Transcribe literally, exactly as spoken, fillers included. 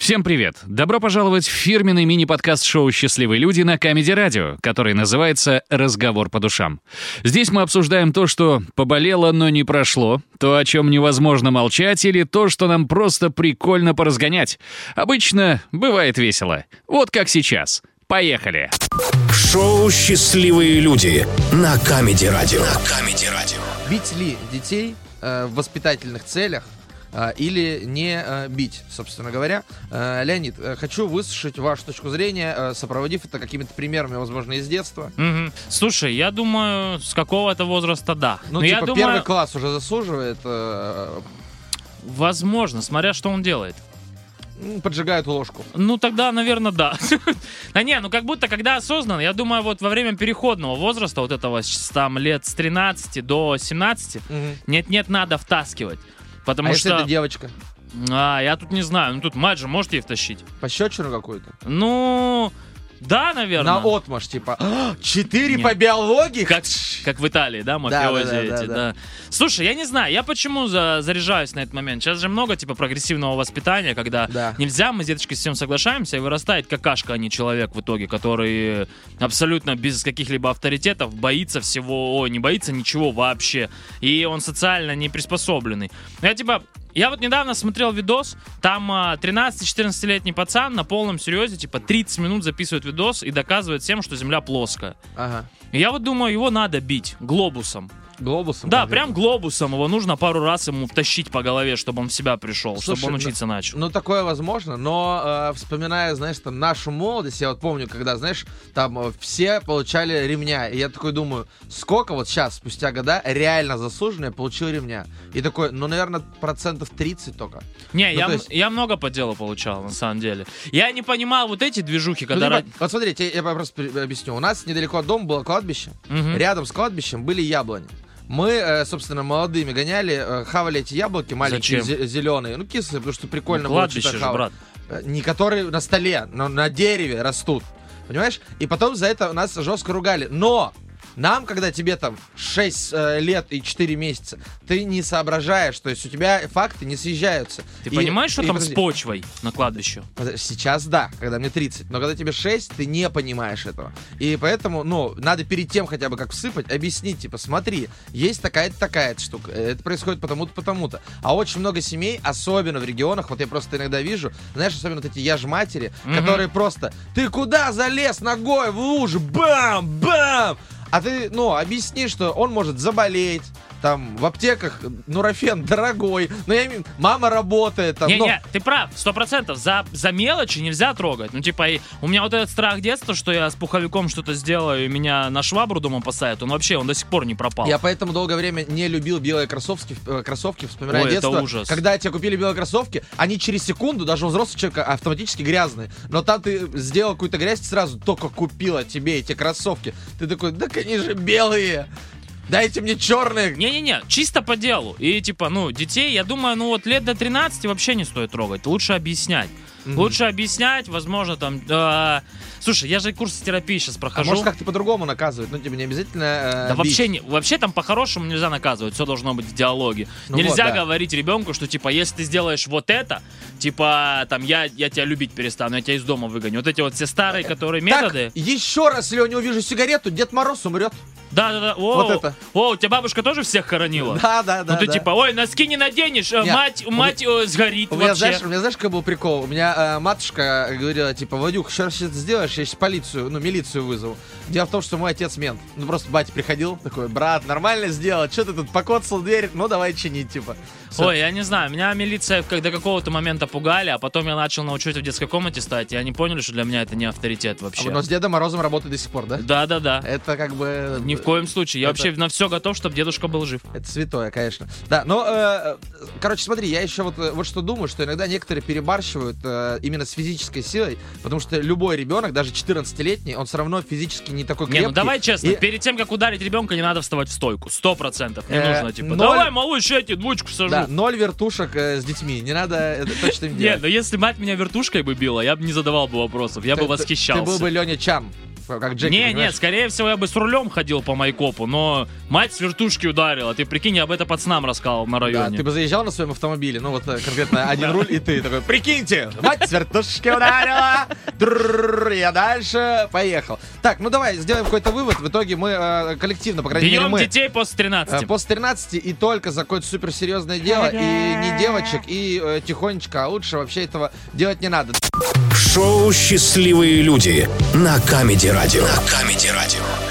Всем привет! Добро пожаловать в фирменный мини-подкаст шоу «Счастливые люди» на Comedy Radio, который называется «Разговор по душам». Здесь мы обсуждаем то, что поболело, но не прошло, то, о чем невозможно молчать, или то, что нам просто прикольно поразгонять. Обычно бывает весело. Вот как сейчас. Поехали! Шоу «Счастливые люди» на Comedy Radio. На Comedy Radio. Бить ли детей э, в воспитательных целях э, или не э, бить, собственно говоря? Э, Леонид, э, хочу выслушать вашу точку зрения, э, сопроводив это какими-то примерами, возможно, из детства. Угу. Слушай, я думаю, с какого-то возраста да. Ну, Но типа, я думаю, первый класс уже заслуживает, э, возможно, смотря что он делает. э, поджигают ложку. Ну, тогда, наверное, да. Да не, ну как будто, когда осознанно, я думаю, вот во время переходного возраста, вот этого с, там лет с тринадцати до семнадцати, Мгм. нет-нет, надо втаскивать. Потому А если что... это девочка? А, я тут не знаю, ну тут мать же может ей втащить. Пощечину какую-то? Ну, да, наверное. На отмашь, типа, «А, четыре Нет. по биологии? Как, как в Италии, да, мафиози да, да, эти, да, да. Слушай, я не знаю, я почему за, заряжаюсь на этот момент. Сейчас же много, типа, прогрессивного воспитания, когда Да. нельзя, мы с деточкой с всем соглашаемся, и вырастает какашка, а не человек в итоге, который абсолютно без каких-либо авторитетов боится всего, ой, не боится ничего вообще, и он социально не приспособленный. Я, типа... Я вот недавно смотрел видос, там а, тринадцати-четырнадцатилетний пацан на полном серьезе, типа, тридцать минут записывает видос и доказывает всем, что Земля плоская. Ага. И я вот думаю, его надо бить глобусом. Глобусом? Да, конкретно? прям глобусом. Его нужно пару раз ему втащить по голове, чтобы он в себя пришел, Слушай, чтобы он ну- учиться начал. Ну, такое возможно, но э, вспоминая, знаешь, там, нашу молодость, я вот помню, когда, знаешь, там э, все получали ремня, и я такой думаю, сколько вот сейчас, спустя года, реально заслуженный получил ремня. И такой, ну, наверное, процентов тридцать только. Не, ну, я, то м- есть- я много по делу получал, на самом деле. Я не понимал вот эти движухи, Ну, когда... типа, ра- вот смотрите, я, я просто при- объясню. У нас недалеко от дома было кладбище, Мгм. рядом с кладбищем были яблони. Мы, э, собственно, молодыми гоняли, э, хавали эти яблоки, маленькие, Зачем? зе- зеленые, ну, кислые, потому что прикольно Ну, было кладбище что-то же, хавать. брат. Э, Не которые на столе, но на дереве растут. Понимаешь? И потом за это нас жестко ругали. Но нам, когда тебе там шесть э, лет и четыре месяца, ты не соображаешь, то есть у тебя факты не съезжаются. Ты И- понимаешь, что и там подожди, с почвой на кладбище? подожди, сейчас да, когда мне тридцать, но когда тебе шесть, ты не понимаешь этого. И поэтому, ну, надо перед тем хотя бы как всыпать, объяснить, типа, смотри, есть такая-то такая-то штука, это происходит потому-то, потому-то. А очень много семей, особенно в регионах, вот я просто иногда вижу, знаешь, особенно вот эти яж-матери, Мгм. которые просто, ты куда залез ногой в лужу, бам, бам! А ты, ну, объясни, что он может заболеть, там, в аптеках нурофен дорогой, но я имею, мама работает, там, ну, Не-не, ты прав, сто процентов. За, за мелочи нельзя трогать. Ну, типа, и у меня вот этот страх детства, что я с пуховиком что-то сделаю, и меня на швабру дома посадят, он вообще, он до сих пор не пропал. Я поэтому долгое время не любил белые кроссовки, э, кроссовки, вспоминая Ой, это детство. ужас. Когда тебе купили белые кроссовки, они через секунду, даже у взрослого человека, автоматически грязные. Но там ты сделал какую-то грязь, сразу только купила тебе эти кроссовки. Ты такой, так они же белые. Дайте мне черные. Не-не-не, чисто по делу. И типа, ну, детей, я думаю, ну вот лет до тринадцати вообще не стоит трогать. Лучше объяснять. Мгм. Лучше объяснять, возможно, там... э, Слушай, я же курсы терапии сейчас А прохожу. может как-то по-другому наказывать? Ну, тебе не обязательно э, Да бить. вообще, не, вообще там по-хорошему нельзя наказывать, все должно быть в диалоге. Ну нельзя вот, да. говорить ребенку, что типа, если ты сделаешь вот это, типа, там, я, я тебя любить перестану, я тебя из дома выгоню. Вот эти вот все старые, которые методы. Так, еще раз, если я не увижу сигарету, Дед Мороз умрет. Да-да-да, о, Вот это. О, у тебя бабушка тоже всех хоронила? Да, да, да. Ну ты да. типа, ой, носки не наденешь, э, Не, мать, у мать э, сгорит У меня, вообще. знаешь, у меня, знаешь, какой был прикол? У меня э, матушка говорила, типа, Вадюх, еще раз это сделаешь, я сейчас полицию, ну, милицию вызову. Дело в том, что мой отец мент. Ну, просто батя приходил, такой, брат, нормально сделал, что ты тут покоцал дверь? Ну, давай чинить, типа. Всё. Ой, я не знаю, меня милиция как до какого-то момента пугали, а потом я начал научиться в детской комнате стоять, и они поняли, что для меня это не авторитет А вообще. вот, но с Дедом Морозом работает до сих пор, да? Да-да-да. Это как бы... Ни в коем случае. Я Это- вообще на все готов, чтобы дедушка был жив. Это святое, конечно. Да, но, э, э, короче, смотри, я еще вот, э, вот что думаю, что иногда некоторые перебарщивают э, именно с физической силой, потому что любой ребенок, даже четырнадцатилетний, он все равно физически не такой Не, крепкий. ну давай честно, И- перед тем, как ударить ребенка, не надо вставать в стойку. Сто процентов. Не Э, нужно, типа, ноль- давай, малыш, я тебе двучку сажу. Да, ноль вертушек э, с детьми, не надо это точно им Не, делать. ну если мать меня вертушкой бы била, я бы не задавал бы вопросов, я Ты- бы ты- восхищался. Ты был бы Леня Чан. как Джеки, Не, понимаешь? нет, скорее всего, я бы с рулем ходил по Майкопу, но мать с вертушки ударила. Ты прикинь, я об этом пацанам рассказал на Да, районе. ты бы заезжал на своем автомобиле, ну вот э, конкретно один руль, и ты такой, прикиньте, мать с вертушки ударила, Дрррррр, я дальше поехал. Так, ну давай сделаем какой-то вывод. В итоге мы э, коллективно, по крайней мере, Бьем мы детей после тринадцати. э, после тринадцати и только за какое-то суперсерьезное дело, и не девочек, и э, тихонечко, а лучше вообще этого делать не надо. Шоу «Счастливые люди» на Камеди Радио. На Камеди Радио.